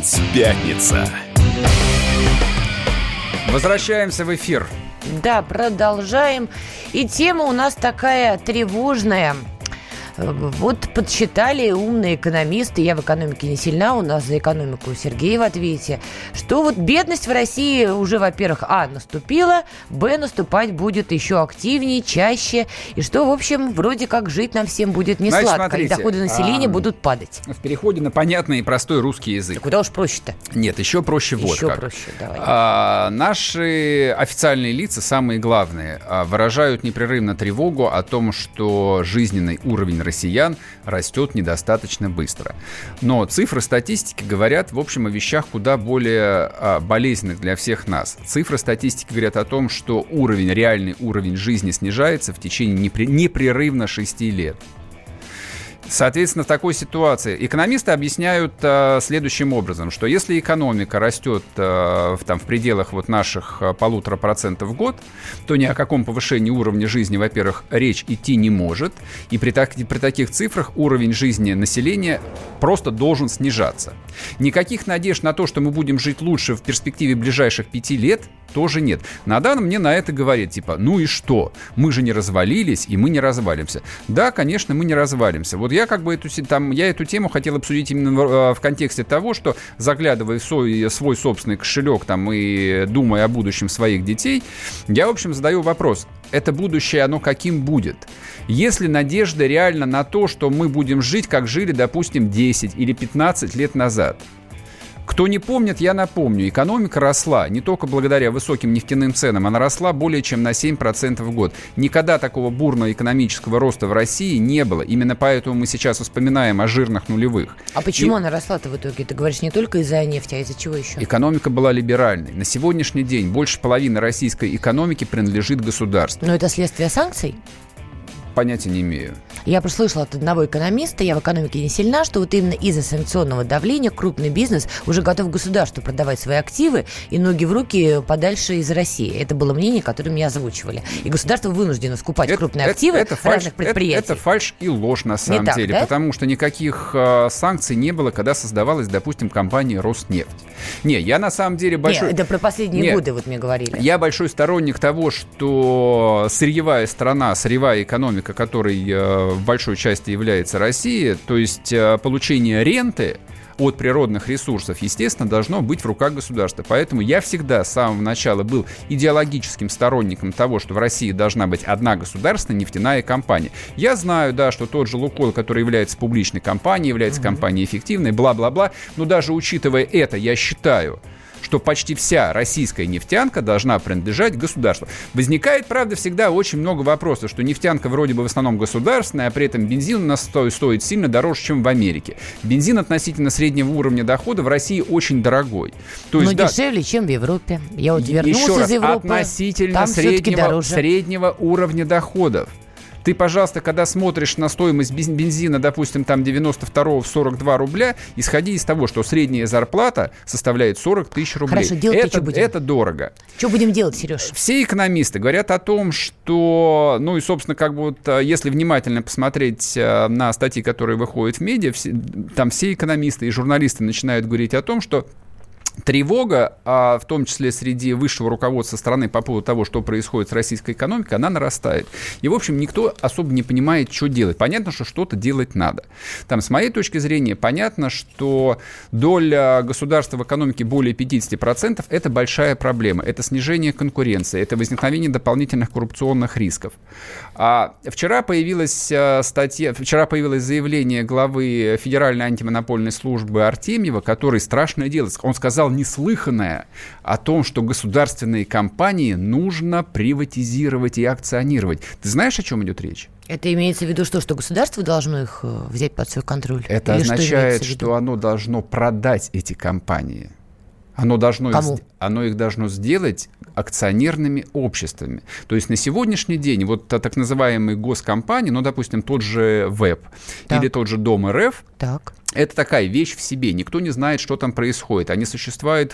Дайджест «Пятница». Возвращаемся в эфир. Да, продолжаем. И тема у нас такая тревожная. Вот подсчитали умные экономисты, я в экономике не сильна, у нас за экономику Сергей в ответе, что вот бедность в России уже, во-первых, наступила, наступать будет еще активнее, чаще, и что, в общем, вроде как жить нам всем будет не сладко, смотрите, и доходы населения будут падать. В переходе на понятный и простой русский язык. Да куда уж проще-то? Нет, еще проще вот еще как. Проще, давай. Наши официальные лица, самые главные, выражают непрерывно тревогу о том, что жизненный уровень россиян растет недостаточно быстро. Но цифры статистики говорят, в общем, о вещах куда более болезненных для всех нас. Цифры статистики говорят о том, что реальный уровень жизни снижается в течение непрерывно 6 лет. Соответственно, в такой ситуации экономисты объясняют следующим образом, что если экономика растет в пределах наших 1,5% в год, то ни о каком повышении уровня жизни, во-первых, речь идти не может, и при таких цифрах уровень жизни населения просто должен снижаться. Никаких надежд на то, что мы будем жить лучше в перспективе ближайших 5 лет, тоже нет. Надан мне на это говорит, ну и что? Мы же не развалились, и мы не развалимся. Да, конечно, мы не развалимся. Вот я эту тему хотел обсудить именно в контексте того, что, заглядывая в свой собственный кошелек и думая о будущем своих детей, я, в общем, задаю вопрос. Это будущее, оно каким будет? Есть ли надежда реально на то, что мы будем жить, как жили, допустим, 10 или 15 лет назад? Кто не помнит, я напомню, экономика росла не только благодаря высоким нефтяным ценам, она росла более чем на 7% в год. Никогда такого бурного экономического роста в России не было. Именно поэтому мы сейчас вспоминаем о жирных нулевых. А почему она росла-то в итоге? Ты говоришь, не только из-за нефти, а из-за чего еще? Экономика была либеральной. На сегодняшний день больше половины российской экономики принадлежит государству. Но это следствие санкций? Понятия не имею. Я прослышала от одного экономиста, я в экономике не сильна, что вот именно из-за санкционного давления крупный бизнес уже готов государству продавать свои активы и ноги в руки подальше из России. Это было мнение, которое мне озвучивали. И государство вынуждено скупать крупные активы разных предприятий. Это фальшь и ложь на самом деле, да? Потому что никаких санкций не было, когда создавалась, допустим, компания «Роснефть». Я на самом деле большой... Нет, это про последние годы мне говорили. Я большой сторонник того, что сырьевая страна, сырьевая экономика, которой в большой части является Россия, то есть получение ренты от природных ресурсов, естественно, должно быть в руках государства. Поэтому я всегда с самого начала был идеологическим сторонником того, что в России должна быть одна государственная нефтяная компания. Я знаю, что тот же «Лукойл», который является публичной компанией, является компанией эффективной, бла-бла-бла, но даже учитывая это, я считаю, что почти вся российская нефтянка должна принадлежать государству. Возникает, правда, всегда очень много вопросов, что нефтянка вроде бы в основном государственная, а при этом бензин у нас стоит сильно дороже, чем в Америке. Бензин относительно среднего уровня дохода в России очень дорогой. То есть, дешевле, чем в Европе. Я вернулась из Европы. Относительно среднего уровня доходов. Ты, пожалуйста, когда смотришь на стоимость бензина, допустим, 92-го в 42 рубля, исходи из того, что средняя зарплата составляет 40 тысяч рублей. Хорошо, делать что будем? Это дорого. Что будем делать, Сереж? Все экономисты говорят о том, что, и, собственно, если внимательно посмотреть на статьи, которые выходят в медиа, там все экономисты и журналисты начинают говорить о том, что тревога, в том числе среди высшего руководства страны по поводу того, что происходит с российской экономикой, она нарастает. И, в общем, никто особо не понимает, что делать. Понятно, что что-то делать надо. С моей точки зрения, понятно, что доля государства в экономике более 50% – это большая проблема. Это снижение конкуренции, это возникновение дополнительных коррупционных рисков. Вчера появилось заявление главы Федеральной антимонопольной службы Артемьева, который страшное дело. Он сказал неслыханное о том, что государственные компании нужно приватизировать и акционировать. Ты знаешь, о чем идет речь? Это имеется в виду что государство должно их взять под свой контроль? Это означает, что оно должно продать эти компании. Оно их должно сделать акционерными обществами. То есть на сегодняшний день вот так называемые госкомпании, ну, допустим, тот же ВЭБ или тот же Дом РФ, это такая вещь в себе. Никто не знает, что там происходит. Они существуют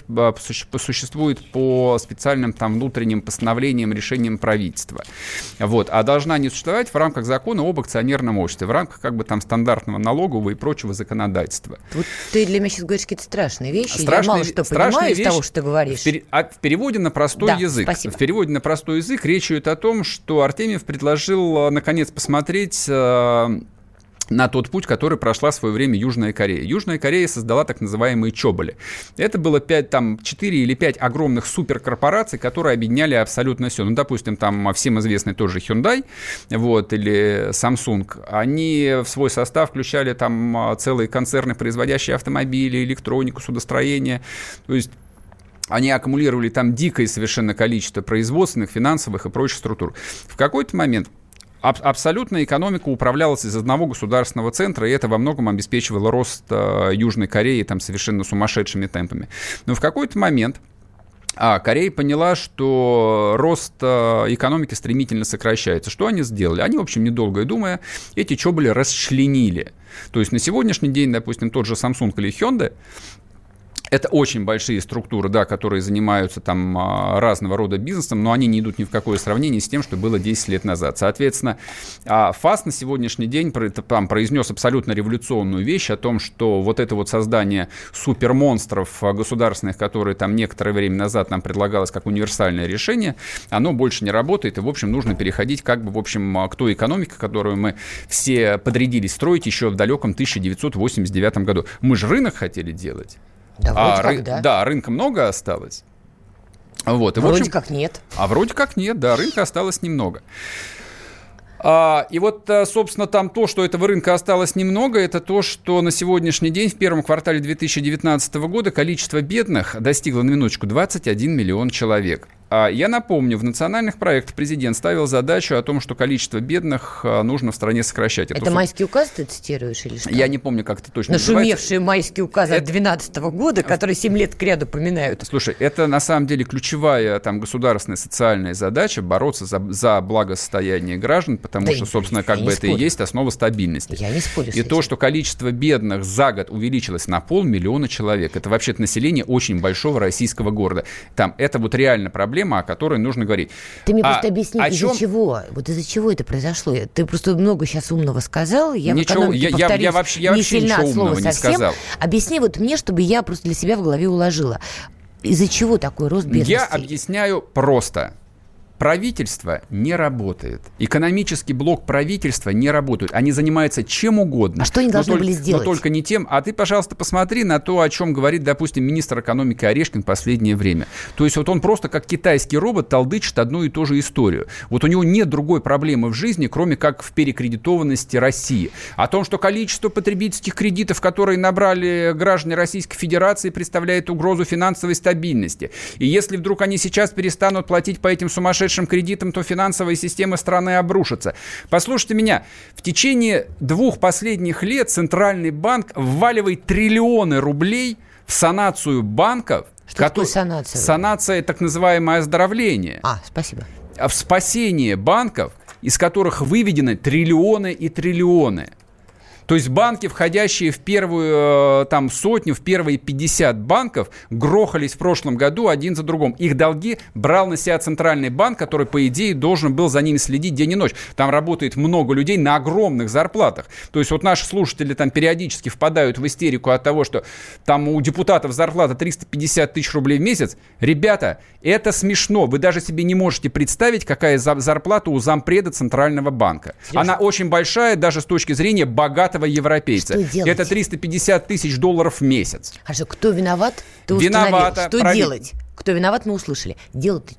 по специальным там внутренним постановлениям, решениям правительства. Вот. А должна они существовать в рамках закона об акционерном обществе, в рамках как бы там стандартного налогового и прочего законодательства. Вот ты для меня сейчас говоришь какие-то страшные вещи. Я мало что понимаю из того, что ты говоришь. В переводе на простой язык. Спасибо. В переводе на простой язык речь идет о том, что Артемьев предложил наконец посмотреть на тот путь, который прошла в свое время Южная Корея. Южная Корея создала так называемые чоболи. Это было 4 или 5 огромных суперкорпораций, которые объединяли абсолютно все. Ну, допустим, там всем известный тоже Hyundai, вот, или Samsung. Они в свой состав включали там целые концерны, производящие автомобили, электронику, судостроение. То есть они аккумулировали там дикое совершенно количество производственных, финансовых и прочих структур. В какой-то момент абсолютно экономика управлялась из одного государственного центра, и это во многом обеспечивало рост Южной Кореи там совершенно сумасшедшими темпами. Но в какой-то момент Корея поняла, что рост экономики стремительно сокращается. Что они сделали? Они, в общем, недолго думая, эти чоболи расчленили. То есть на сегодняшний день, допустим, тот же Samsung или Hyundai, это очень большие структуры, да, которые занимаются там разного рода бизнесом, но они не идут ни в какое сравнение с тем, что было 10 лет назад. Соответственно, ФАС на сегодняшний день там произнес абсолютно революционную вещь о том, что вот это вот создание супермонстров государственных, которые там некоторое время назад нам предлагалось как универсальное решение, оно больше не работает, и, в общем, нужно переходить как бы, в общем, к той экономике, которую мы все подрядились строить еще в далеком 1989 году. Мы же рынок хотели делать. Да, рынка много осталось. Вот, и, вроде в общем, как нет. Вроде как нет, да, рынка осталось немного. И вот, собственно, там то, что этого рынка осталось немного, это то, что на сегодняшний день, в первом квартале 2019 года, количество бедных достигло, на минуточку, 21 миллион человек. Я напомню, в национальных проектах президент ставил задачу о том, что количество бедных нужно в стране сокращать. Это майский указ ты цитируешь или что? Я не помню, как это точно называется. Нашумевшие майские указы от 2012 года, которые 7 лет кряду поминают. Слушай, это на самом деле ключевая там государственная социальная задача — бороться за благосостояние граждан, потому что, собственно, как бы это и есть основа стабильности. Я не спорю с этим. И то, что количество бедных за год увеличилось на 500 000 человек, это вообще-то население очень большого российского города. Там это вот реально проблема, о которой нужно говорить. Ты мне просто объясни, из-за чего? Вот из-за чего это произошло? Ты просто много сейчас умного сказал. Я вообще ничего умного не сказал. Объясни вот мне, чтобы я просто для себя в голове уложила. Из-за чего такой рост бедности? Я объясняю просто. Правительство не работает. Экономический блок правительства не работает. Они занимаются чем угодно. А что они должны были сделать? Но только не тем. А ты, пожалуйста, посмотри на то, о чем говорит, допустим, министр экономики Орешкин в последнее время. То есть вот он просто как китайский робот толдычит одну и ту же историю. Вот у него нет другой проблемы в жизни, кроме как в перекредитованности России. О том, что количество потребительских кредитов, которые набрали граждане Российской Федерации, представляет угрозу финансовой стабильности. И если вдруг они сейчас перестанут платить по этим сумасшедшим кредитам, то финансовая система страны обрушится. Послушайте меня, в течение 2 последних лет Центральный банк вваливает триллионы рублей в санацию банков. Что такое санация? Санация, так называемое оздоровление. Спасибо. В спасение банков, из которых выведены триллионы и триллионы. То есть банки, входящие в первую там, сотню, в первые 50 банков, грохались в прошлом году один за другим. Их долги брал на себя Центральный банк, который, по идее, должен был за ними следить день и ночь. Там работает много людей на огромных зарплатах. То есть вот наши слушатели там периодически впадают в истерику от того, что там у депутатов зарплата 350 тысяч рублей в месяц. Ребята, это смешно. Вы даже себе не можете представить, какая зарплата у зампреда Центрального банка. Серьезно? Она очень большая даже с точки зрения богатого европейца. Это 350 тысяч долларов в месяц. Хорошо, кто виноват? Ты установил. Что делать? Кто виноват, мы услышали. Делать-то что?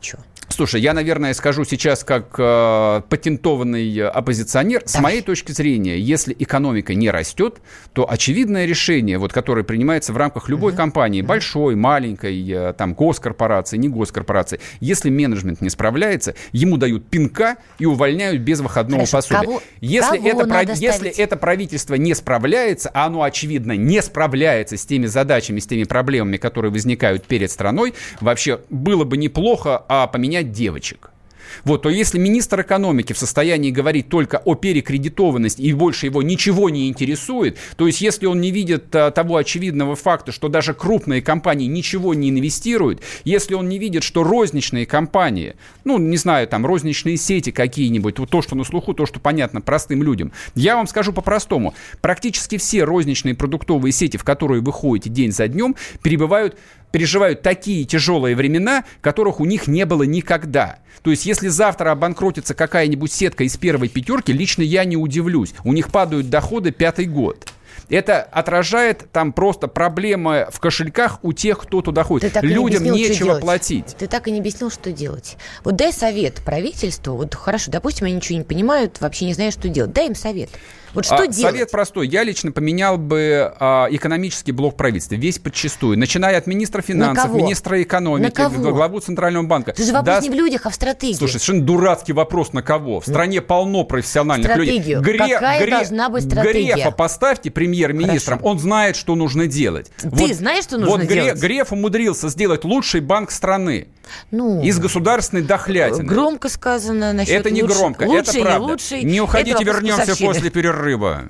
Слушай, я, наверное, скажу сейчас как патентованный оппозиционер. С моей точки зрения, если экономика не растет, то очевидное решение, вот, которое принимается в рамках любой компании, большой, маленькой, там, госкорпорации, не госкорпорации, если менеджмент не справляется, ему дают пинка и увольняют без выходного пособия. Если это правительство не справляется, а оно, очевидно, не справляется с теми задачами, с теми проблемами, которые возникают перед страной, вообще было бы неплохо поменять девочек. Вот, то если министр экономики в состоянии говорить только о перекредитованности и больше его ничего не интересует, то есть если он не видит того очевидного факта, что даже крупные компании ничего не инвестируют, если он не видит, что розничные компании, ну, не знаю, там, розничные сети какие-нибудь, вот то, что на слуху, то, что понятно простым людям, я вам скажу по-простому, практически все розничные продуктовые сети, в которые вы ходите день за днем, переживают такие тяжелые времена, которых у них не было никогда. То есть, если завтра обанкротится какая-нибудь сетка из первой пятерки, лично я не удивлюсь. У них падают доходы 5-й год. Это отражает там просто проблемы в кошельках у тех, кто туда ходит. Людям нечего платить. Ты так и не объяснил, что делать. Вот дай совет правительству. Вот хорошо, допустим, они ничего не понимают, вообще не знают, что делать. Дай им совет. Вот что делать? Совет простой. Я лично поменял бы экономический блок правительства. Весь подчистую. Начиная от министра финансов, министра экономики, главу Центрального банка. Это же вопрос не в людях, а в стратегии. Слушай, совершенно дурацкий вопрос на кого? В стране полно профессиональных людей. Какая должна быть стратегия? Грефа поставьте премьер-министром. Он знает, что нужно делать. Ты знаешь, что нужно делать? Вот Греф умудрился сделать лучший банк страны. Из государственной дохлятины. Громко сказано насчет это не громко, это правда. Не уходите, вернемся после перерыва.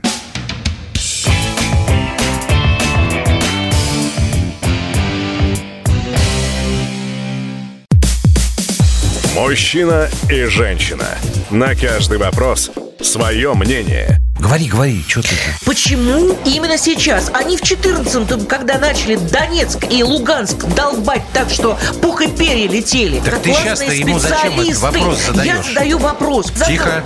Мужчина и женщина. На каждый вопрос свое мнение. Говори, что ты? Почему именно сейчас? Они в 14-м, когда начали Донецк и Луганск долбать так, что пух и перья летели. Так ты сейчас-то ему зачем этот вопрос задаешь? Я задаю вопрос. Тихо.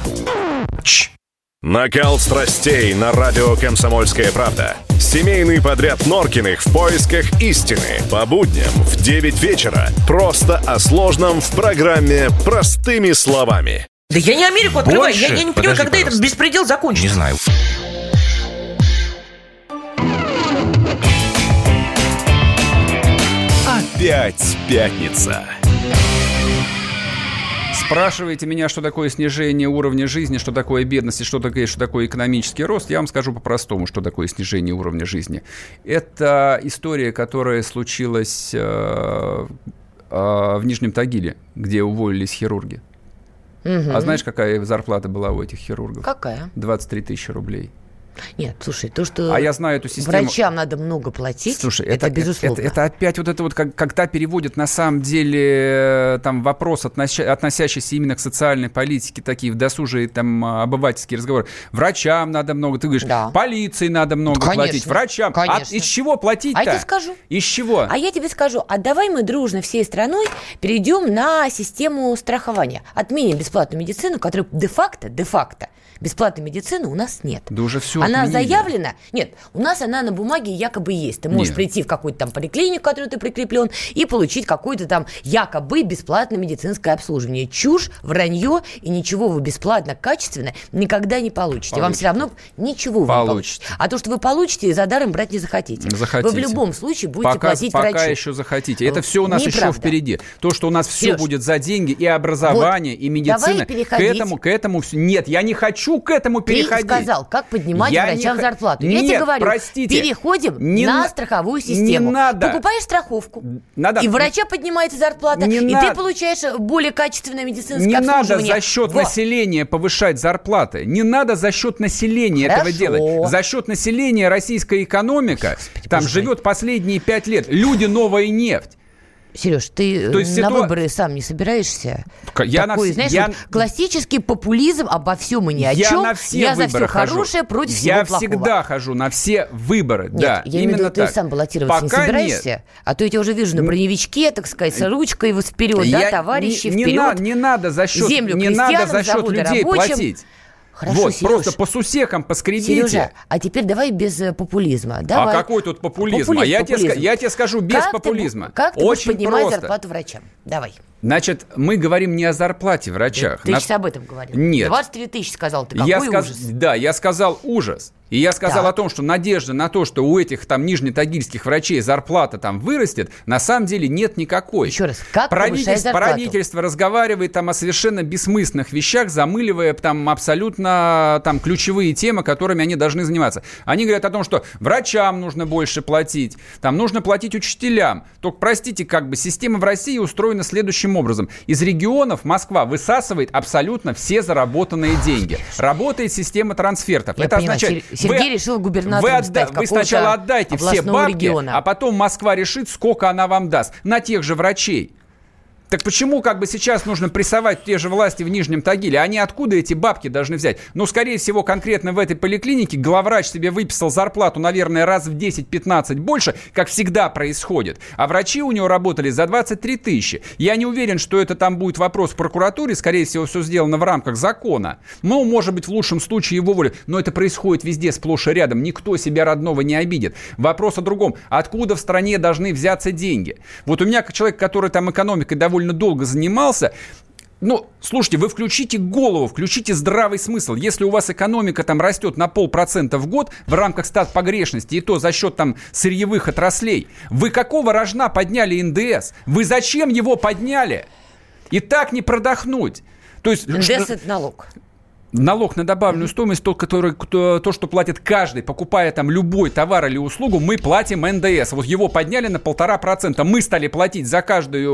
Накал страстей на радио «Комсомольская правда». Семейный подряд Норкиных в поисках истины. По будням в 9 вечера. Просто о сложном в программе «Простыми словами». Да я не Америку открываю. Я не понимаю, когда этот беспредел закончится. Не знаю. Опять пятница. Спрашиваете меня, что такое снижение уровня жизни, что такое бедность и что такое экономический рост, я вам скажу по-простому, что такое снижение уровня жизни. Это история, которая случилась в Нижнем Тагиле, где уволились хирурги. А знаешь, какая зарплата была у этих хирургов? Какая? 23 тысячи рублей. Нет, слушай, то, что я знаю эту систему. Врачам надо много платить, слушай, это безусловно. Это опять вот это вот, когда переводят на самом деле там вопрос, относящийся именно к социальной политике, такие в досужие там обывательские разговоры. Врачам надо много, ты говоришь, полиции надо много платить, врачам. Конечно. А из чего платить-то? А я тебе скажу. Из чего? А я тебе скажу, давай мы дружно всей страной перейдем на систему страхования. Отменим бесплатную медицину, которая де-факто бесплатной медицины у нас нет. Да уже все она отменили. Заявлена. Нет, у нас она на бумаге якобы есть. Ты можешь прийти в какую-то там поликлинику, в которую ты прикреплен, и получить какое-то там якобы бесплатное медицинское обслуживание. Чушь, вранье, и ничего вы бесплатно, качественно никогда не получите. Вам все равно ничего вы не получите. А то, что вы получите, за даром брать не захотите. Вы в любом случае будете платить врачу. Пока еще захотите. Это все у нас еще впереди. То, что у нас все будет за деньги, и образование, и медицина. К этому нет, я не хочу к этому переходить. Ты сказал, как поднимать врачам зарплату. Я тебе говорю, переходим на страховую систему. Не надо. Покупаешь страховку, и врача поднимается зарплата, и ты получаешь более качественное медицинское обслуживание. Не надо за счет населения повышать зарплаты. Не надо за счет населения этого делать. За счет населения российская экономика там живет последние 5 лет. Люди — новая нефть. Сереж, ты на выборы сам не собираешься? Классический популизм обо всем и ни о чем. Я за все хорошее против всего плохого. Я всегда хожу на все выборы. Нет, я имею в виду, ты сам баллотироваться не собираешься? Нет. А то я тебя уже вижу на броневичке, так сказать, с ручкой вперед, товарищи, вперед. Не надо за счет людей платить. Хорошо, вот, Сереж, просто по сусекам поскребите. Сережа, а теперь давай без популизма. Давай. А какой тут популизм? Я тебе скажу без популизма. Как ты очень будешь поднимать просто. зарплату врачам? Давай. Значит, мы говорим не о зарплате врачах. Ты сейчас об этом говорил. Нет. 23 тысячи сказал ты. Какой ужас. Да, я сказал ужас. И я сказал Так. о том, что надежда на то, что у этих там нижнетагильских врачей зарплата там вырастет, на самом деле нет никакой. Еще раз, как повышать зарплату? Правительство разговаривает там о совершенно бессмысленных вещах, замыливая там абсолютно там ключевые темы, которыми они должны заниматься. Они говорят о том, что врачам нужно больше платить, там нужно платить учителям. Только, простите, как бы система в России устроена следующим образом. Из регионов Москва высасывает абсолютно все заработанные деньги. Работает система трансфертов. Я Это понимаю, означает... Сергей решил губернатором стать Вы сначала отдайте все бабки, региона. а потом Москва решит, сколько она вам даст. На тех же врачей. Так почему как бы сейчас нужно прессовать те же власти в Нижнем Тагиле? Они откуда эти бабки должны взять? Ну, скорее всего, конкретно в этой поликлинике главврач себе выписал зарплату, наверное, раз в 10-15 больше, как всегда происходит. А врачи у него работали за 23 тысячи. Я не уверен, что это там будет вопрос в прокуратуре. Скорее всего, все сделано в рамках закона. Ну, может быть, в лучшем случае его воля. Но это происходит везде, сплошь и рядом. Никто себя родного не обидит. Вопрос о другом. Откуда в стране должны взяться деньги? Вот у меня, как человек, который там экономикой довольно долго занимался, ну, слушайте, вы включите голову, включите здравый смысл. Если у вас экономика там растет на 0,5% в год в рамках стат погрешности, и то за счет там сырьевых отраслей, вы какого рожна подняли НДС? Вы зачем его подняли? И так не продохнуть. То есть, НДС – это налог. Налог на добавленную стоимость, то, что платит каждый, покупая там любой товар или услугу, мы платим НДС. Вот его подняли на 1,5%. Мы стали платить за каждый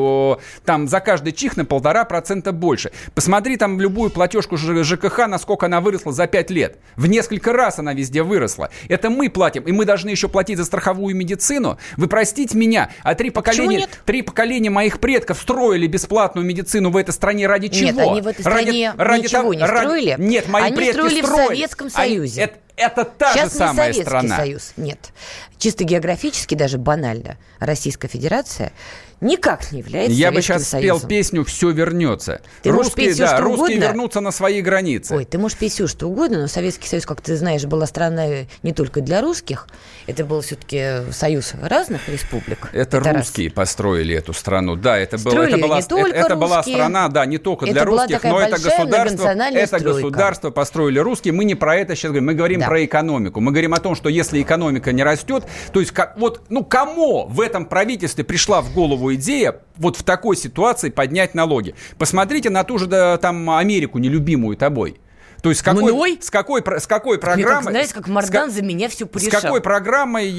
чих на 1,5% больше. Посмотри там любую платежку ЖКХ, насколько она выросла за 5 лет. В несколько раз она везде выросла. Это мы платим. И мы должны еще платить за страховую медицину. Вы простите меня, а три поколения моих предков строили бесплатную медицину в этой стране ради чего? Нет, они в этой стране ничего не строили. Нет, мои предки строили строили. в Советском Союзе. Это та сейчас же самая не страна. Союз. Нет. Чисто географически, даже банально, Российская Федерация никак не является Я Советским бы сейчас Союзом. спел песню «Все вернется». Ты можешь петь все, что русские угодно. вернутся на свои границы. Ой, ты можешь петь все, что угодно, но Советский Союз, как ты знаешь, была страна не только для русских. Это был все-таки союз разных республик. Это русские построили эту страну. Да, это была страна, да, не только для русских, но это государство построили русские. Мы не про это сейчас говорим, мы говорим про экономику. Мы говорим о том, что если экономика не растет, то есть кому в этом правительстве пришла в голову идея вот в такой ситуации поднять налоги? Посмотрите на ту же там Америку, нелюбимую тобой. То есть с какой программой... Знаете, как Мардан за меня все порешал. С какой программой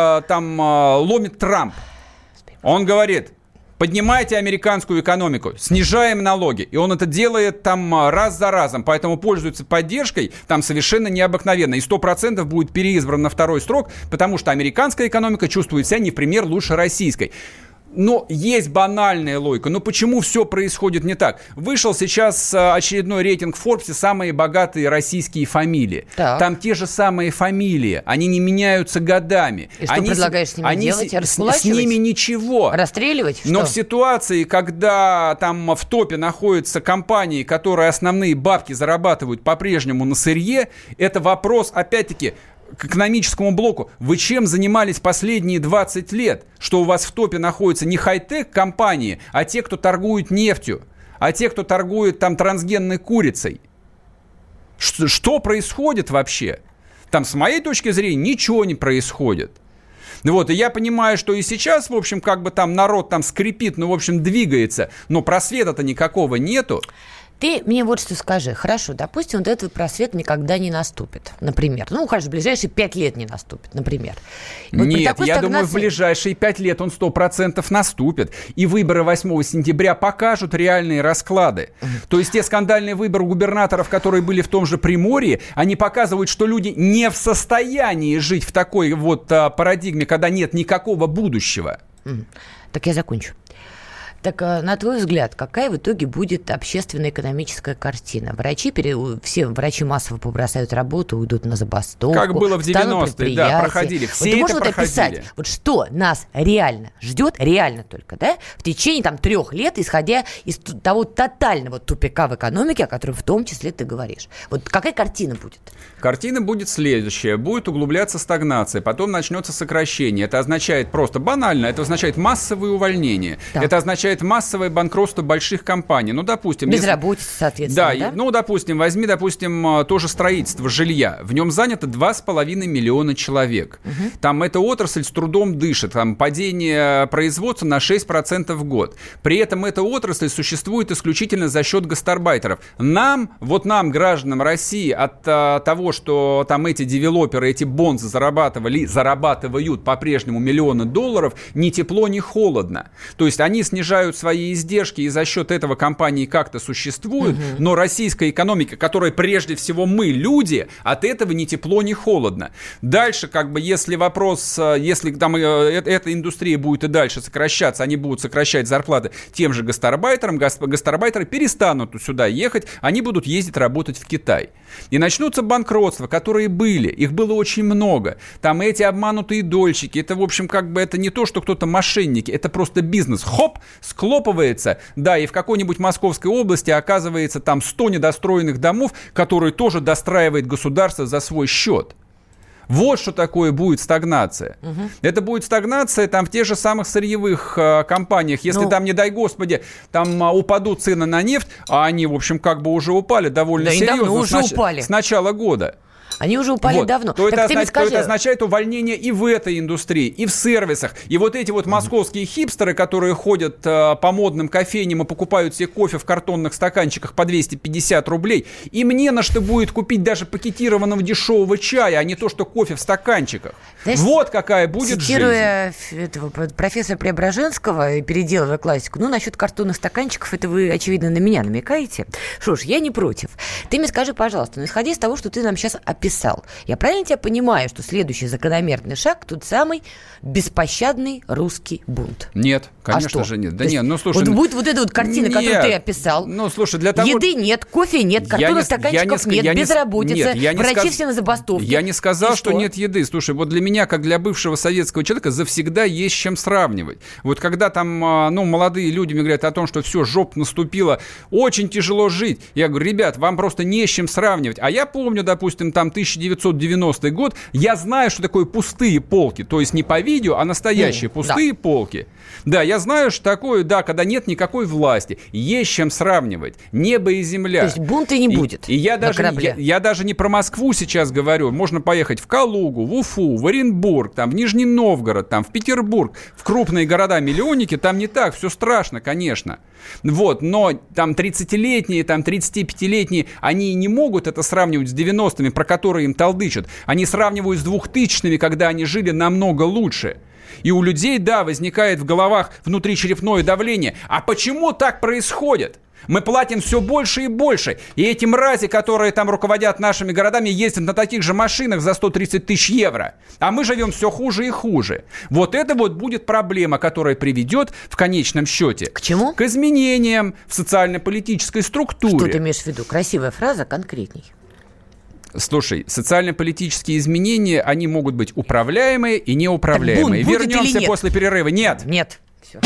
ломит Трамп? Он говорит: поднимайте американскую экономику, снижаем налоги. И он это делает там раз за разом, поэтому пользуется поддержкой там совершенно необыкновенно. И 100% будет переизбран на второй срок, потому что американская экономика чувствует себя не в пример лучше российской. Но есть банальная логика. Но почему все происходит не так? Вышел сейчас очередной рейтинг в Forbes «Самые богатые российские фамилии». Так. Там те же самые фамилии. Они не меняются годами. И что предлагаешь с ними делать? Раскулачивать? С ними ничего. Расстреливать? Но в ситуации, когда там в топе находятся компании, которые основные бабки зарабатывают по-прежнему на сырье, это вопрос, опять-таки, к экономическому блоку. Вы чем занимались последние 20 лет? Что у вас в топе находятся не хай-тек компании, а те, кто торгует нефтью, а те, кто торгует там трансгенной курицей. Что происходит вообще? Там, с моей точки зрения, ничего не происходит. Вот, и я понимаю, что и сейчас, в общем, как бы там народ там скрипит, ну, в общем, двигается, но просвета-то никакого нету. Ты мне вот что скажи. Хорошо, допустим, вот этот просвет никогда не наступит, например. Ну, хорошо, в ближайшие 5 лет не наступит, например. Вот нет, я думаю, в ближайшие 5 лет он 100% наступит. И выборы 8 сентября покажут реальные расклады. То есть те скандальные выборы губернаторов, которые были в том же Приморье, они показывают, что люди не в состоянии жить в такой вот парадигме, когда нет никакого будущего. Так я закончу. Так, на твой взгляд, какая в итоге будет общественно-экономическая картина? Все врачи массово побросают работу, уйдут на забастовку. Как было в 90-е, да, проходили. Все вот это проходили. Описать, вот что нас реально ждет, реально только, да, в течение 3 лет, исходя из того тотального тупика в экономике, о котором в том числе ты говоришь. Вот какая картина будет? Картина будет следующая. Будет углубляться стагнация, потом начнется сокращение. Это означает просто банально, это означает массовые увольнения. Так. Это означает массовое банкротство больших компаний. Ну, допустим... Безработица, соответственно, да? Ну, допустим, возьми, тоже строительство жилья. В нем занято 2,5 миллиона человек. Угу. Там эта отрасль с трудом дышит. Там падение производства на 6% в год. При этом эта отрасль существует исключительно за счет гастарбайтеров. Нам, гражданам России, от того, что там эти девелоперы, эти бонзы зарабатывают по-прежнему миллионы долларов, ни тепло, ни холодно. То есть они снижают свои издержки, и за счет этого компании как-то существуют, но российская экономика, которой прежде всего мы, люди, от этого ни тепло, ни холодно. Дальше, если эта индустрия будет и дальше сокращаться, они будут сокращать зарплаты тем же гастарбайтерам, гастарбайтеры перестанут сюда ехать, они будут ездить работать в Китай. И начнутся банкротства, которые были. Их было очень много. Там эти обманутые дольщики. Это, в общем, это не то, что кто-то мошенники. Это просто бизнес. Хоп, склопывается. Да, и в какой-нибудь Московской области оказывается там 100 недостроенных домов, которые тоже достраивает государство за свой счет. Вот что такое будет стагнация. Угу. Это будет стагнация в тех же самых сырьевых компаниях. Если там, не дай господи, там упадут цены на нефть, а они, в общем, уже упали довольно серьезно уже упали. С начала года. Они уже упали давно. То это означает увольнение и в этой индустрии, и в сервисах. И вот эти московские хипстеры, которые ходят по модным кофейням и покупают себе кофе в картонных стаканчиках по 250 рублей, им не на что будет купить даже пакетированного дешевого чая, а не то, что кофе в стаканчиках. Знаешь, вот какая будет цитируя этого профессора Преображенского и переделывая классику, насчет картонных стаканчиков, это вы, очевидно, на меня намекаете. Что ж, я не против. Ты мне скажи, пожалуйста, исходя из того, что ты нам сейчас описал, я правильно тебя понимаю, что следующий закономерный шаг тот самый беспощадный русский бунт? Нет, конечно же нет. Да нет, слушай... будет вот эта картина, которую ты описал. Слушай, для того... Еды нет, кофе нет, картонных стаканчиков нет, безработица, врачи все на забастовке. Я не сказал, что нет еды. Слушай, для меня, как для бывшего советского человека, завсегда есть с чем сравнивать. Когда там, молодые люди мне говорят о том, что все, жопа наступила, очень тяжело жить. Я говорю, ребят, вам просто не с чем сравнивать. А я помню, допустим, 1990 год, я знаю, что такое пустые полки. То есть не по видео, а настоящие пустые полки. Да, я знаю, что такое, когда нет никакой власти. Есть с чем сравнивать. Небо и земля. То есть бунта не будет. И я даже не про Москву сейчас говорю. Можно поехать в Калугу, в Уфу, в Оренбург, в Нижний Новгород, в Петербург, в крупные города-миллионники. Там не так, все страшно, конечно. Но там 30-летние, 35-летние, они не могут это сравнивать с 90-ми, про которые им толдычат. Они сравнивают с 2000-ми, когда они жили намного лучше. И у людей, возникает в головах внутричерепное давление. А почему так происходит? Мы платим все больше и больше. И эти мрази, которые там руководят нашими городами, ездят на таких же машинах за 130 тысяч евро. А мы живем все хуже и хуже. Вот это будет проблема, которая приведет в конечном счете... К чему? К изменениям в социально-политической структуре. Что ты имеешь в виду? Красивая фраза, конкретней. Слушай, социально-политические изменения, они могут быть управляемые и неуправляемые. Вернемся после перерыва. Нет. Нет. Все.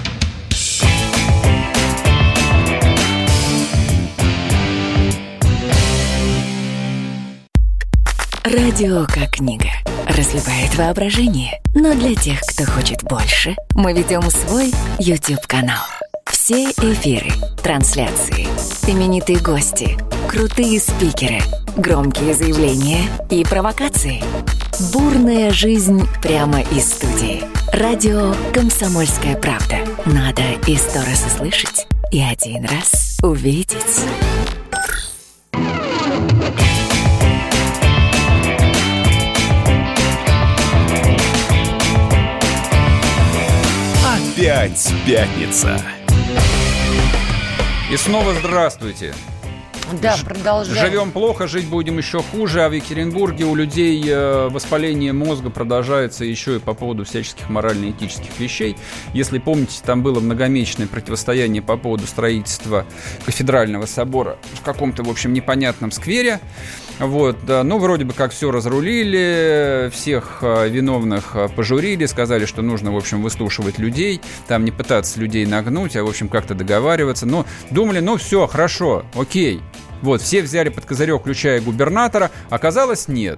Радио как книга. Разливает воображение. Но для тех, кто хочет больше, мы ведем свой YouTube-канал. Все эфиры, трансляции, именитые гости, крутые спикеры, громкие заявления и провокации. Бурная жизнь прямо из студии. Радио «Комсомольская правда». Надо и 100 раз услышать, и 1 раз увидеть. Опять пятница. И снова здравствуйте. Да, продолжаем. Живем плохо, жить будем еще хуже, а в Екатеринбурге у людей воспаление мозга продолжается еще и по поводу всяческих морально-этических вещей. Если помните, там было многомесячное противостояние по поводу строительства кафедрального собора в каком-то, в общем, непонятном сквере. Вот, да, ну, вроде бы как все разрулили, всех виновных пожурили, сказали, что нужно, в общем, выслушивать людей, там не пытаться людей нагнуть, а, в общем, как-то договариваться. Но думали, ну, все, хорошо, окей. Вот, все взяли под козырек, включая губернатора. Оказалось, нет.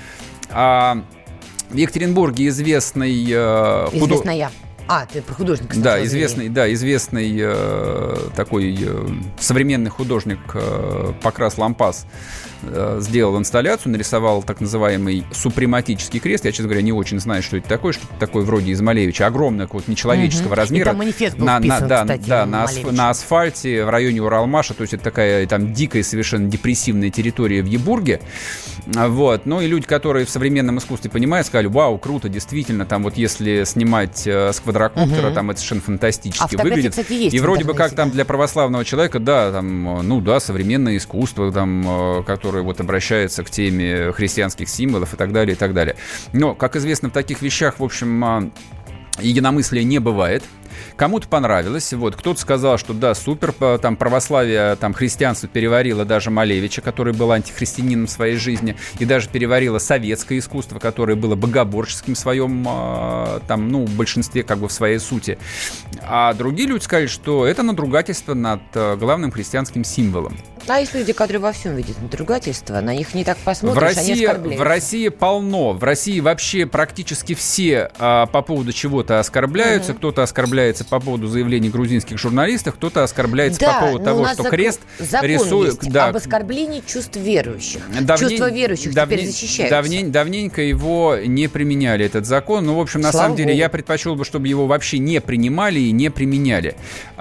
А в Екатеринбурге известный... Известная. Ты про художника. Да, известный такой современный художник Покрас Лампас сделал инсталляцию, нарисовал так называемый супрематический крест. Я, честно говоря, не очень знаю, что это такое. Что-то такое вроде из Малевича. Огромное, какого-то нечеловеческого размера. И там манифест был вписан, кстати, на асфальте в районе Уралмаша. То есть это такая там дикая, совершенно депрессивная территория в Ебурге. Вот. Ну и люди, которые в современном искусстве понимают, сказали, вау, круто, действительно, там вот если снимать с квадрокоптера, там это совершенно фантастически выглядит. Кстати, есть и вроде бы как там для православного человека, да, там, ну да, современное искусство, там, которое вот обращается к теме христианских символов и так далее, и так далее. Но, как известно, в таких вещах, в общем, единомыслия не бывает. Кому-то понравилось, вот, кто-то сказал, что да, супер, там православие, там христианство переварило даже Малевича, который был антихристианином в своей жизни, и даже переварило советское искусство, которое было богоборческим в своем, там, ну, в большинстве, как бы, в своей сути. А другие люди сказали, что это надругательство над главным христианским символом. А есть люди, которые во всем видят надругательство, на них не так посмотришь, они оскорбляются. В России полно. В России вообще практически все по поводу чего-то оскорбляются. Кто-то оскорбляется по поводу заявлений грузинских журналистов, кто-то оскорбляется по поводу того, что крест рисует. Да, об оскорблении чувств верующих. Чувства верующих теперь защищаются. Давненько его не применяли, этот закон. Ну, в общем, на самом деле, я предпочел бы, чтобы его вообще не принимали и не применяли.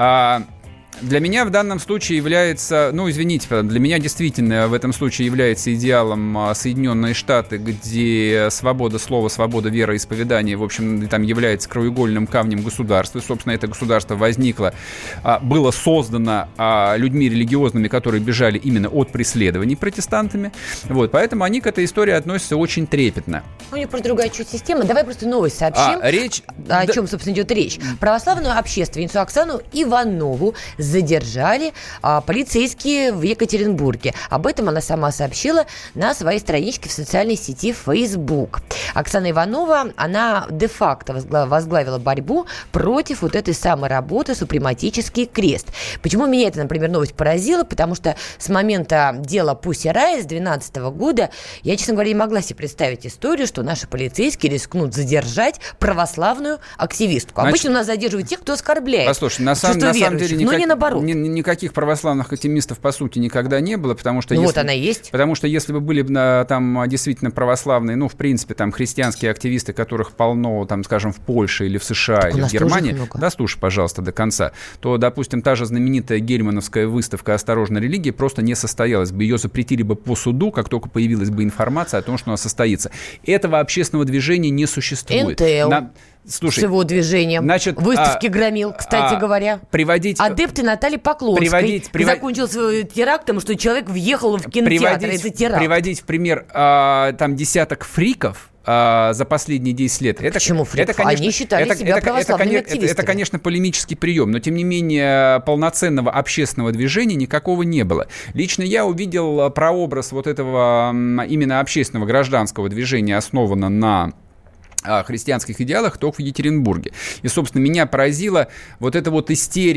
Для меня в данном случае является, ну, извините, для меня действительно в этом случае является идеалом Соединенные Штаты, где свобода слова, свобода вероисповедания, в общем, там является краеугольным камнем государства. И, собственно, это государство возникло, было создано людьми религиозными, которые бежали именно от преследований протестантами. Вот, поэтому они к этой истории относятся очень трепетно. У них просто другая чуть система. Давай просто новость сообщим. О чем, собственно, идет речь. Православную общественницу Оксану Иванову задержали полицейские в Екатеринбурге. Об этом она сама сообщила на своей страничке в социальной сети Facebook. Оксана Иванова, она де-факто возглавила борьбу против вот этой самой работы «Супрематический крест». Почему меня эта, например, новость поразила? Потому что с момента дела Пусси Райт с 2012 года я, честно говоря, не могла себе представить историю, что наши полицейские рискнут задержать православную активистку. Обычно у нас задерживают тех, кто оскорбляет. Послушай, на самом деле но не наоборот. Никаких православных активистов, по сути, никогда не было, потому что... вот она есть. Потому что если бы были там действительно православные, ну, в принципе, там, христианские активисты, которых полно, там, скажем, в Польше или в США, так или в Германии... Да, слушай, пожалуйста, до конца. То, допустим, та же знаменитая гельмановская выставка «Осторожно, религия» просто не состоялась бы. Ее запретили бы по суду, как только появилась бы информация о том, что она состоится. Этого общественного движения не существует. Слушай, с его движением. Значит, выставки громил, кстати говоря. Адепты Натальи Поклонской закончил свой теракт, потому что человек въехал в кинотеатр. Это теракт. Приводить в пример там десяток фриков за последние 10 лет. Почему фриков? Они считали себя православными активистами. Это, конечно, полемический прием, но, тем не менее, полноценного общественного движения никакого не было. Лично я увидел прообраз вот этого именно общественного гражданского движения, основанного на христианских идеалах только в Екатеринбурге. И, собственно, меня поразила вот эта вот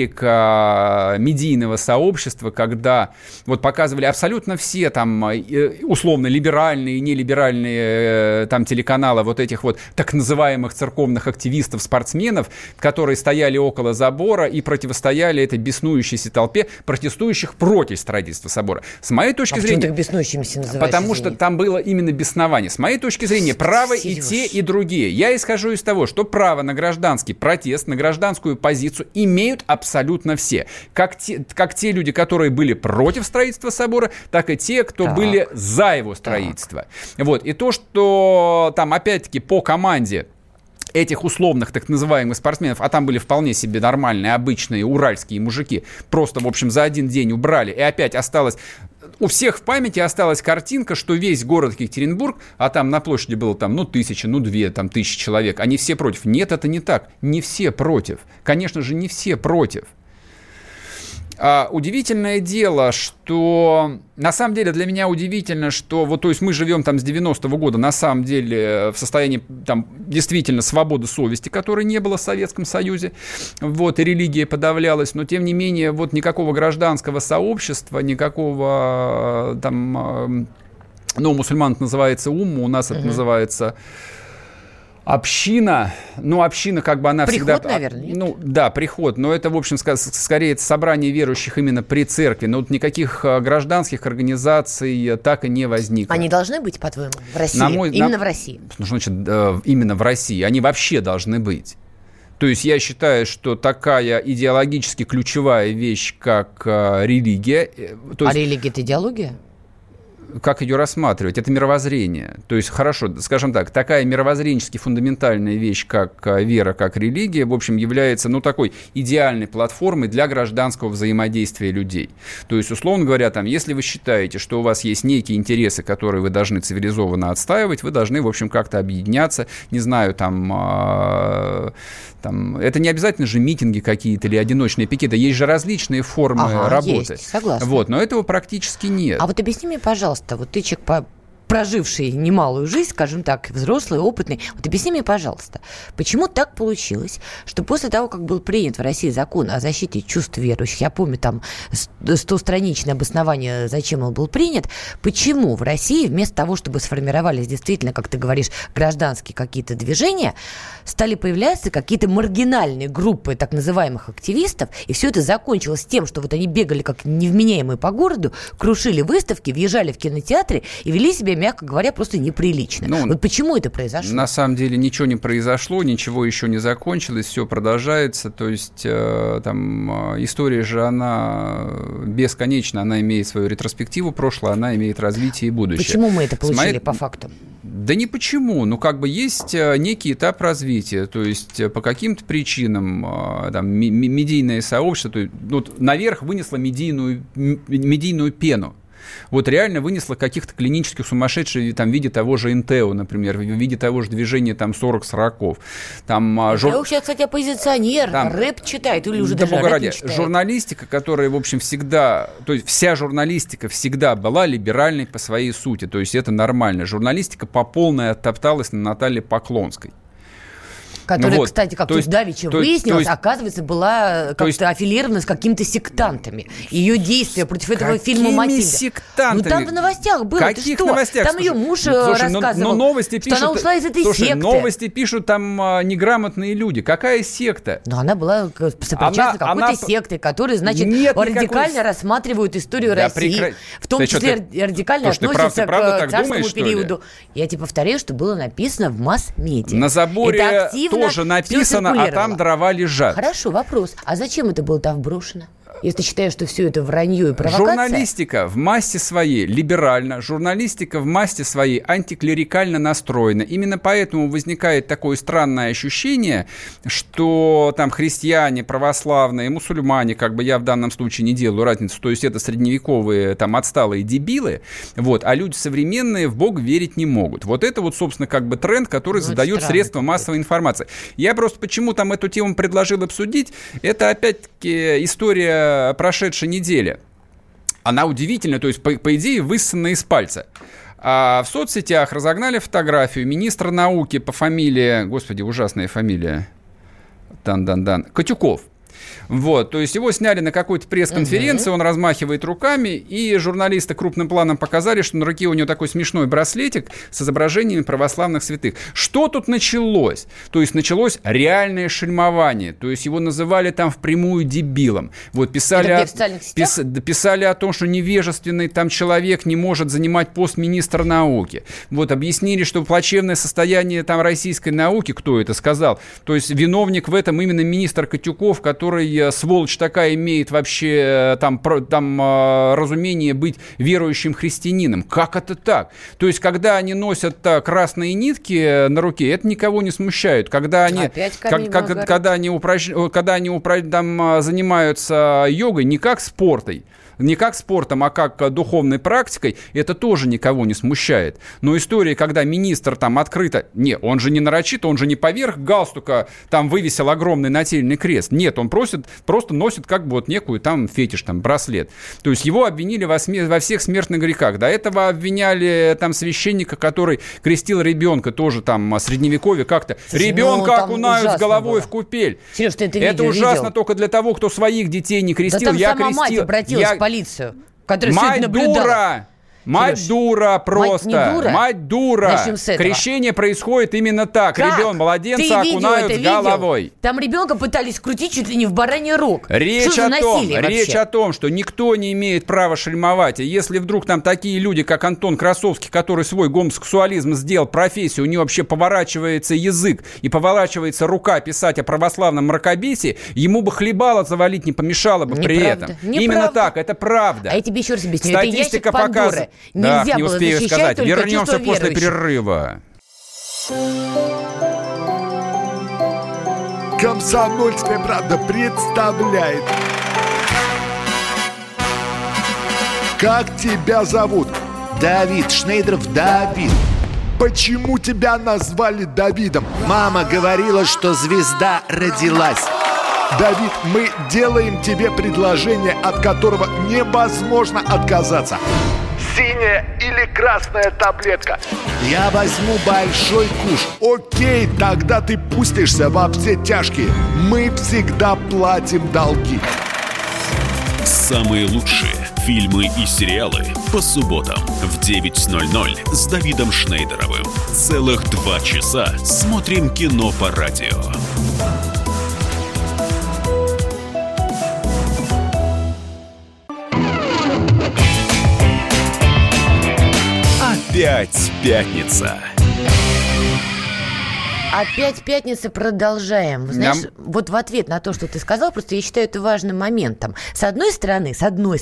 истерика медийного сообщества, когда вот показывали абсолютно все там условно либеральные и нелиберальные там телеканалы вот этих вот так называемых церковных активистов, спортсменов, которые стояли около забора и противостояли этой беснующейся толпе протестующих против строительства собора. С моей точки зрения... Почему так беснующимися называешь? Потому что там было именно беснование. С моей точки зрения, право и те, и другие. Я исхожу из того, что право на гражданский протест, на гражданскую позицию имеют абсолютно все. Как те люди, которые были против строительства собора, так и те, кто были за его строительство. Вот. И то, что там опять-таки по команде этих условных так называемых спортсменов, а там были вполне себе нормальные, обычные уральские мужики, просто, в общем, за один день убрали, и опять осталось у всех в памяти осталась картинка, что весь город Екатеринбург, а там на площади было там, 1000, 2000 человек, они все против. Нет, это не так. Не все против. Конечно же, не все против. Удивительное дело, что... На самом деле для меня удивительно, что... Вот, то есть мы живем там с 90-го года, на самом деле, в состоянии там действительно свободы совести, которой не было в Советском Союзе. Вот, и религия подавлялась. Но, тем не менее, вот никакого гражданского сообщества, никакого там... у мусульман это называется умма, у нас это называется... Община, община как бы она приход, всегда... Приход, наверное, нет? Да, приход, но это, в общем, скорее это собрание верующих именно при церкви, но никаких гражданских организаций так и не возникло. Они должны быть, по-твоему, в России? Именно в России? Значит, именно в России. Они вообще должны быть. То есть я считаю, что такая идеологически ключевая вещь, как религия... религия – это идеология? Как ее рассматривать? Это мировоззрение. То есть, хорошо, скажем так, такая мировоззренчески фундаментальная вещь, как вера, как религия, в общем, является, такой идеальной платформой для гражданского взаимодействия людей. То есть, условно говоря, если вы считаете, что у вас есть некие интересы, которые вы должны цивилизованно отстаивать, вы должны, в общем, как-то объединяться, не знаю, это не обязательно же митинги какие-то или одиночные пикеты, есть же различные формы работы. Есть, согласна. Вот, но этого практически нет. А вот объясни мне, пожалуйста, вот ты человек, проживший немалую жизнь, скажем так, взрослый, опытный, вот объясни мне, пожалуйста, почему так получилось, что после того, как был принят в России закон о защите чувств верующих, я помню там 100-страничное обоснование, зачем он был принят, почему в России вместо того, чтобы сформировались действительно, как ты говоришь, гражданские какие-то движения, стали появляться какие-то маргинальные группы так называемых активистов, и все это закончилось тем, что вот они бегали как невменяемые по городу, крушили выставки, въезжали в кинотеатры и вели себя, мягко говоря, просто неприлично. Вот почему это произошло? На самом деле ничего не произошло, ничего еще не закончилось, все продолжается. То есть история же, она бесконечна, она имеет свою ретроспективу прошлое, она имеет развитие и будущее. Почему мы это получили по факту? Да не почему. Есть некий этап развития. То есть по каким-то причинам медийное сообщество наверх вынесло медийную пену. Вот реально вынесло каких-то клинических сумасшедших в виде того же НТО, например, в виде того же движения 40-40. НТО сейчас, кстати, оппозиционер, рэп читает или уже даже рэп не читает. Журналистика, которая, в общем, всегда... То есть вся журналистика всегда была либеральной по своей сути. То есть это нормально. Журналистика по полной оттопталась на Наталье Поклонской. Которая, кстати, как тут давеча выяснилось, оказывается, была как-то аффилирована с какими-то сектантами. Ее действия против этого фильма «Матильда». Сектантами? Там в новостях было. Каких новостях? Там ее муж рассказывал, новости что она ушла из этой секты. Новости пишут там неграмотные люди. Какая секта? Но она была сопричастна какой-то сектой, которая, значит, радикально рассматривают историю России. В том числе радикально относится к царскому периоду. Я тебе повторяю, что было написано в масс-медиа. На заборе тоже написано, а там дрова лежат. Хорошо, вопрос. А зачем это было там вброшено? Если ты считаешь, что все это вранье и провокация? Журналистика в массе своей либеральна, журналистика в массе своей антиклерикально настроена. Именно поэтому возникает такое странное ощущение, что там христиане, православные, мусульмане, я в данном случае не делаю разницу, то есть это средневековые, отсталые дебилы, а люди современные в Бога верить не могут. Вот это собственно, тренд, который задает средства массовой информации. Я просто почему эту тему предложил обсудить, это опять-таки история прошедшей недели. Она удивительная, то есть, по идее, высосанная из пальца. А в соцсетях разогнали фотографию министра науки по фамилии... Господи, ужасная фамилия. Катюков. То есть его сняли на какой-то пресс-конференции, он размахивает руками, и журналисты крупным планом показали, что на руке у него такой смешной браслетик с изображениями православных святых. Что тут началось? То есть началось реальное шельмование, то есть его называли впрямую дебилом. Писали о том, что невежественный человек не может занимать пост министра науки. Объяснили, что плачевное состояние российской науки, кто это сказал? То есть виновник в этом именно министр Катюков, который сволочь такая имеет вообще разумение быть верующим христианином. Как это так? То есть, когда они носят красные нитки на руке, это никого не смущает. Когда они занимаются йогой не как спортом, не как спортом, а как духовной практикой, это тоже никого не смущает. Но история, когда министр там открыто... Не, он же не нарочито, он же не поверх галстука там вывесил огромный нательный крест. Нет, он просто носит как бы вот некую там фетиш, там браслет. То есть его обвинили во всех смертных грехах. До этого обвиняли там священника, который крестил ребенка, тоже там средневековье как-то. Ребенка окунают с головой в купель. Сереж, ты это ужасно видел? Только для того, кто своих детей не крестил. Да там я сама крестил. Мать обратилась в полицию, которая все это наблюдала. Дура! Мать дура просто. Мать не дура? Мать дура. Крещение происходит именно так. Ребенка, младенца окунают с головой. Там ребенка пытались скрутить чуть ли не в бараний рог. Речь о том, что никто не имеет права шельмовать. И если вдруг там такие люди, как Антон Красовский, который свой гомосексуализм сделал профессию, у него вообще поворачивается язык и поворачивается рука писать о православном мракобесии, ему бы хлебало завалить не помешало бы при этом. Именно так, это правда. А я тебе еще раз объясню. Статистика показывает. Нельзя не было успею защищать сказать. только Вернемся после верующих. перерыва. Комсомольская правда представляет. Как тебя зовут? Давид, Шнейдров Давид. Почему тебя назвали Давидом? Мама говорила, что звезда родилась. Давид, мы делаем тебе предложение, от которого невозможно отказаться. Синяя или красная таблетка? Я возьму большой куш. Окей, тогда ты пустишься во все тяжкие. Мы всегда платим долги. Самые лучшие фильмы и сериалы по субботам в 9:00 с Давидом Шнейдеровым. Целых 2 часа смотрим кино по радио. Опять пятница. Опять пятница, продолжаем. Знаешь, вот в ответ на то, что ты сказал, просто я считаю это важным моментом. С одной стороны,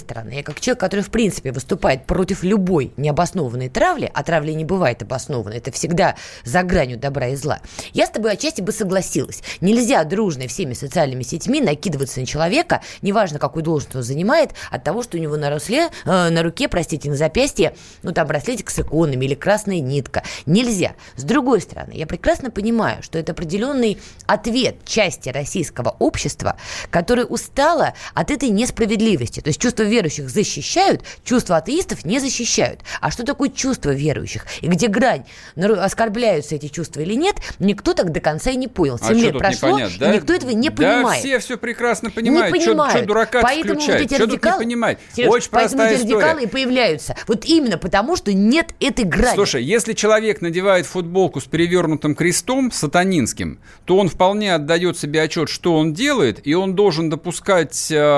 я как человек, который, в принципе, выступает против любой необоснованной травли, а травля не бывает обоснованной, это всегда за гранью добра и зла, я с тобой отчасти бы согласилась. Нельзя дружно всеми социальными сетьми накидываться на человека, неважно, какую должность он занимает, от того, что у него на руке, на запястье, там браслетик с иконами или красная нитка. Нельзя. С другой стороны, я прекрасно понимаю, что это определенный ответ части российского общества, которое устало от этой несправедливости. То есть чувства верующих защищают, чувства атеистов не защищают. А что такое чувство верующих? И где грань? Оскорбляются эти чувства или нет, никто так до конца и не понял. 7 лет прошло, и никто этого не понимает. Да, все прекрасно понимают. Что дурака включать? Что тут не понимать? Очень простая история. Поэтому эти радикалы и появляются. Вот именно потому, что нет этой грани. Слушай, если человек надевает футболку с перевернутым крестом, сатанинским, то он вполне отдает себе отчет, что он делает, и он должен допускать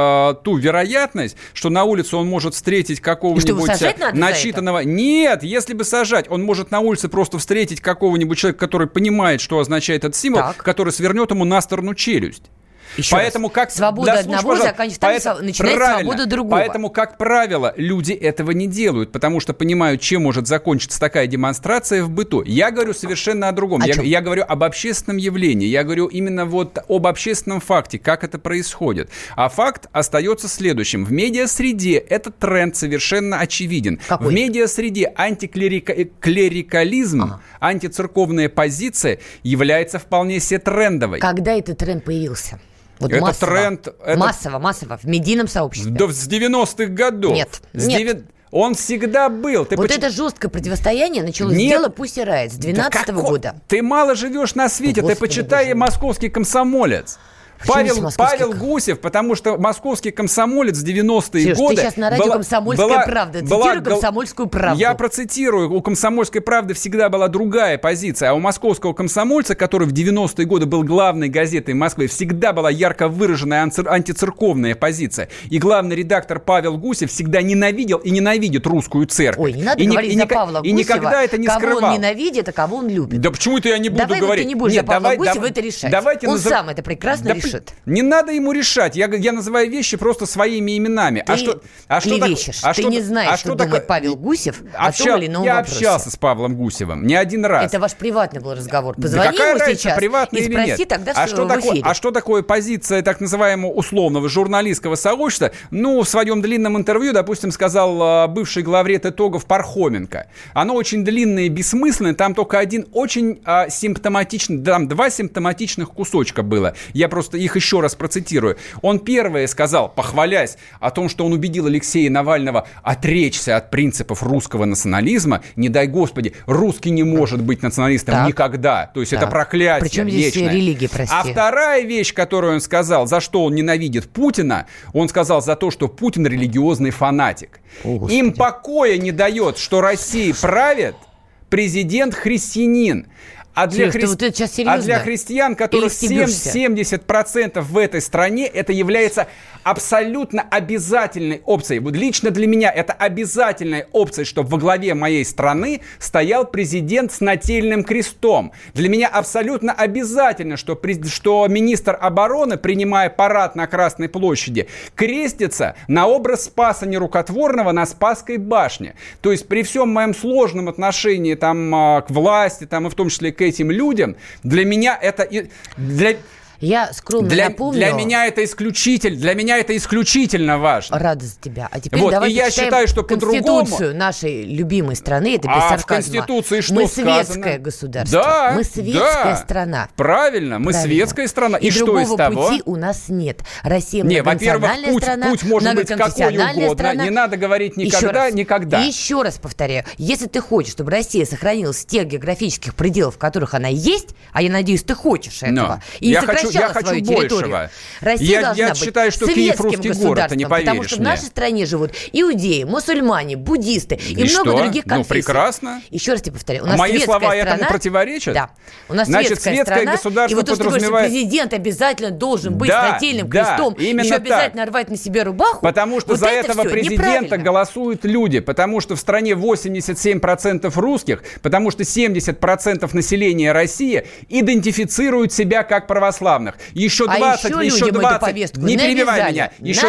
ту вероятность, что на улице он может встретить какого-нибудь начитанного... Нет, если бы сажать, он может на улице просто встретить какого-нибудь человека, который понимает, что означает этот символ, который свернет ему на сторону челюсть. Поэтому как свобода одного начинается свобода другого. Поэтому, как правило, люди этого не делают, потому что понимают, чем может закончиться такая демонстрация в быту. Я говорю совершенно о другом. Я говорю об общественном явлении. Я говорю именно вот об общественном факте, как это происходит. А факт остается следующим. В медиасреде этот тренд совершенно очевиден. Какой? В медиасреде антиклерикализм, антицерковная позиция является вполне себе трендовой. Когда этот тренд появился? Вот это тренд... Массово, в медийном сообществе. Да с 90-х годов. Нет. Он всегда был. Это жесткое противостояние началось с дела Pussy Riot с 2012 года. Ты мало живешь на свете. Ты почитай «Московский комсомолец». Павел Гусев, потому что «Московский комсомолец» в 90-е годы... Ты сейчас на радио «Комсомольская правда». Цитирую «Комсомольскую правду». Я процитирую. У «Комсомольской правды» всегда была другая позиция, а у «Московского комсомольца», который в 90-е годы был главной газетой Москвы, всегда была ярко выраженная антицерковная позиция. И главный редактор Павел Гусев всегда ненавидел и ненавидит русскую церковь. Ой, не надо говорить за Павла Гусева, и никогда это не скрывал. Кого он ненавидит, а кого он любит. Да почему это я не буду говорить? Давай ты не будешь за Павла Гусева это решать. Он сам это прекрасно решает. пишет. Не надо ему решать. Я называю вещи просто своими именами. Ты Ты не знаешь, что думает Павел Гусев о том или ином вопросе. Я общался с Павлом Гусевым не один раз. Это ваш приватный был разговор. Позвони ему сейчас и спроси тогда в эфире. А что такое позиция так называемого условного журналистского сообщества? Ну, в своем длинном интервью, допустим, сказал бывший главред итогов Пархоменко. Оно очень длинное и бессмысленное. Там только один очень симптоматичный, там 2 симптоматичных кусочка было. Я просто их еще раз процитирую. Он первое сказал, похвалясь о том, что он убедил Алексея Навального отречься от принципов русского национализма. Не дай Господи, русский не может быть националистом никогда. То есть это проклятие. Причем здесь религия, прости. А вторая вещь, которую он сказал, за что он ненавидит Путина, он сказал за то, что Путин религиозный фанатик. Им покоя не дает, что Россией правит президент-христианин. А для христиан, которых 70% в этой стране, это является абсолютно обязательной опцией. Вот лично для меня это обязательная опция, чтобы во главе моей страны стоял президент с нательным крестом. Для меня абсолютно обязательно, что министр обороны, принимая парад на Красной площади, крестится на образ Спаса Нерукотворного на Спасской башне. То есть при всем моем сложном отношении к власти, и в том числе к этим людям, для меня это... Я скромно напомню... Для меня это исключительно важно. Рада за тебя. А теперь давайте я считаю, что Конституцию нашей любимой страны. Это без сарказма. В Конституции что мы сказано? Светское государство. Да, мы светская страна. Правильно, мы светская страна. И что из того? Другого пути у нас нет. Россия многонациональная страна, путь может быть какой угодно. Страна. Не надо говорить никогда. Еще раз повторяю. Если ты хочешь, чтобы Россия сохранилась в тех географических пределах, в которых она есть, а я надеюсь, ты хочешь этого, и не сокращала свою территорию. Россия должна быть считаю, что светским государством, потому что в нашей стране живут иудеи, мусульмане, буддисты и много других конфессий. Прекрасно. Еще раз тебе повторяю. У нас мои слова страна, этому противоречат? Да. У нас светское страна, государство и вот то, что подразумевает... ты говоришь, президент обязательно должен быть с нательным крестом, еще обязательно рвать на себе рубаху. Потому что за этого президента голосуют люди, потому что в стране 87% русских, потому что 70% населения России идентифицируют себя как православных. Еще 20, не перебивай меня, еще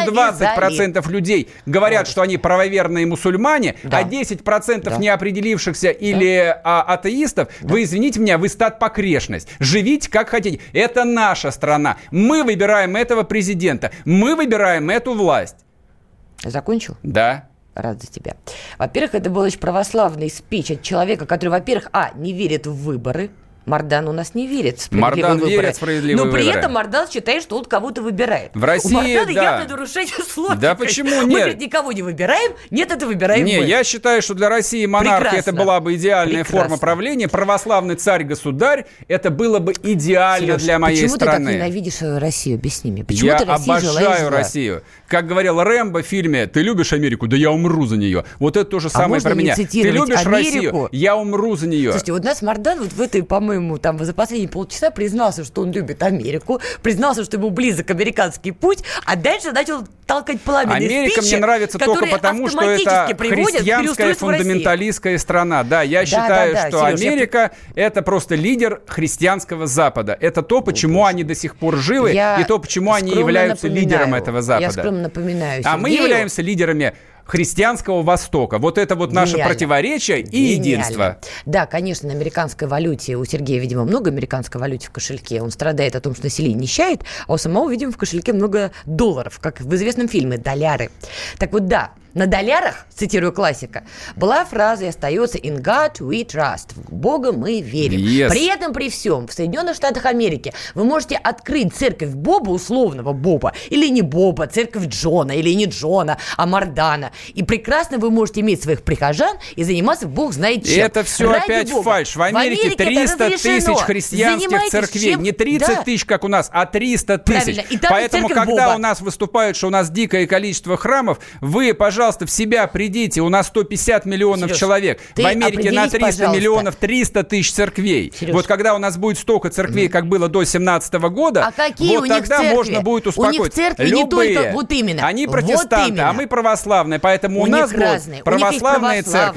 20% людей говорят, что они правоверные мусульмане, а 10% неопределившихся или атеистов, вы извините меня, вы стад покрешность. Живите как хотите. Это наша страна. Мы выбираем этого президента. Мы выбираем эту власть. Закончил? Да. Рад за тебя. Во-первых, это был очень православный спич от человека, который, во-первых, не верит в выборы. Мардан у нас не верит в справедливые выборы. Верит в справедливые выборы. Но при этом Мардан считает, что он кого-то выбирает. В России, у Мардана явное нарушение с логикой. Да почему нет? Мы, говорит, никого не выбираем, это выбираем мы. Я считаю, что для России монархия это была бы идеальная форма правления. Православный царь-государь это было бы идеально, Сереж, для моей страны. Почему ты так ненавидишь Россию? Объясни мне. Почему я ты России обожаю Россию. Как говорил Рэмбо в фильме «Ты любишь Америку? Да я умру за нее». Вот это то же самое про меня. Ты любишь Россию? Я умру за нее. Слушайте, вот нас Мардан в этой, по-моему, за последние полчаса признался, что он любит Америку, признался, что ему близок американский путь, а дальше начал толкать пламенные Америка спичи, мне нравится только потому, что это христианская фундаменталистская страна. Да, я считаю, что Сереж, Америка это просто лидер христианского Запада. Это то, почему они до сих пор живы, и то, почему они являются лидером этого Запада. Я скромно напоминаю Сергею, мы являемся лидерами христианского Востока. Вот это вот наше противоречие и единство. Да, конечно, на американской валюте у Сергея, видимо, много американской валюты в кошельке. Он страдает о том, что население нищает, а у самого, видимо, в кошельке много долларов, как в известном фильме «Доляры». Так вот, да, на долярах, цитирую классика, была фраза и остается «In God we trust». В Бога мы верим. Yes. При этом, при всем, в Соединенных Штатах Америки вы можете открыть церковь Боба, условного Боба, или не Боба, церковь Джона, или не Джона, а Мардана. И прекрасно вы можете иметь своих прихожан и заниматься Бог знает чем. Это все ради опять Бога. Фальшь. В Америке 300 тысяч христианских церквей. Не 30 тысяч, как у нас, а 300 тысяч. Поэтому, когда Боба. У нас выступают, что у нас дикое количество храмов, вы, пожалуйста, в себя придите. У нас 150 миллионов Сереж, человек. В Америке на 300 миллионов 300 тысяч церквей. Сереж. Вот когда у нас будет столько церквей, как было до 2017 года, а какие вот тогда церкви? Можно будет успокоить. У них церкви любые. Не только, вот именно. Они протестанты, а мы православные. Поэтому у нас будут православные церкви.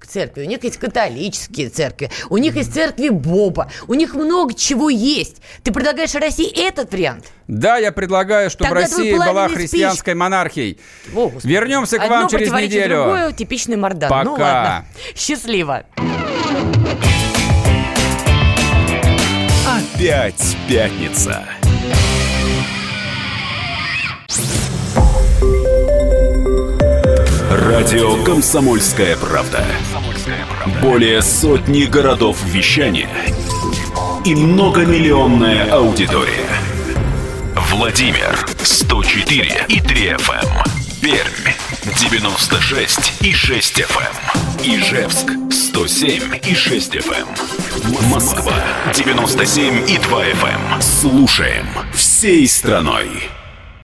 церкви, у них есть католические церкви, у них есть церкви Боба, у них много чего есть. Ты предлагаешь России этот вариант? Да, я предлагаю, чтобы Тогда Россия была христианской монархией. Вернемся к вам через неделю. Другое, типичный Мардан. Пока. Ну ладно, счастливо. Опять пятница. Радио «Комсомольская правда». Более сотни городов вещания и многомиллионная аудитория. Владимир 104,3 FM. Пермь 96,6 FM. Ижевск 107,6 FM. Москва 97,2 FM. Слушаем всей страной.